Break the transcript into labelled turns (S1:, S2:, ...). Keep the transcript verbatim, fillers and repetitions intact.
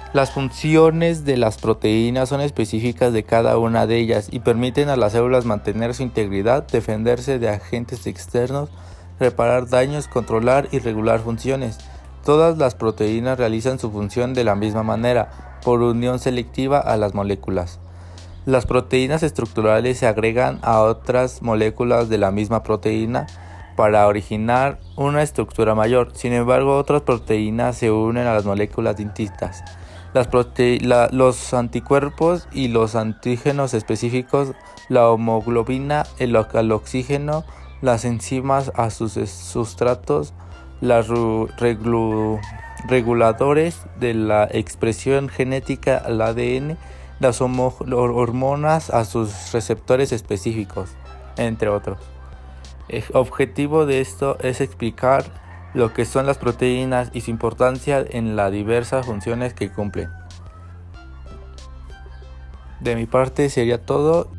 S1: Las funciones de las proteínas son específicas de cada una de ellas y permiten a las células mantener su integridad, defenderse de agentes externos, reparar daños, controlar y regular funciones. Todas las proteínas realizan su función de la misma manera, por unión selectiva a las moléculas. Las proteínas estructurales se agregan a otras moléculas de la misma proteína para originar una estructura mayor. Sin embargo, otras proteínas se unen a las moléculas distintas. Las prote la, los anticuerpos y los antígenos específicos, la hemoglobina, el, el oxígeno, las enzimas a sus sustratos, los reguladores de la expresión genética al A D N, las hormonas a sus receptores específicos, entre otros. El objetivo de esto es explicar lo que son las proteínas y su importancia en las diversas funciones que cumplen. De mi parte sería todo.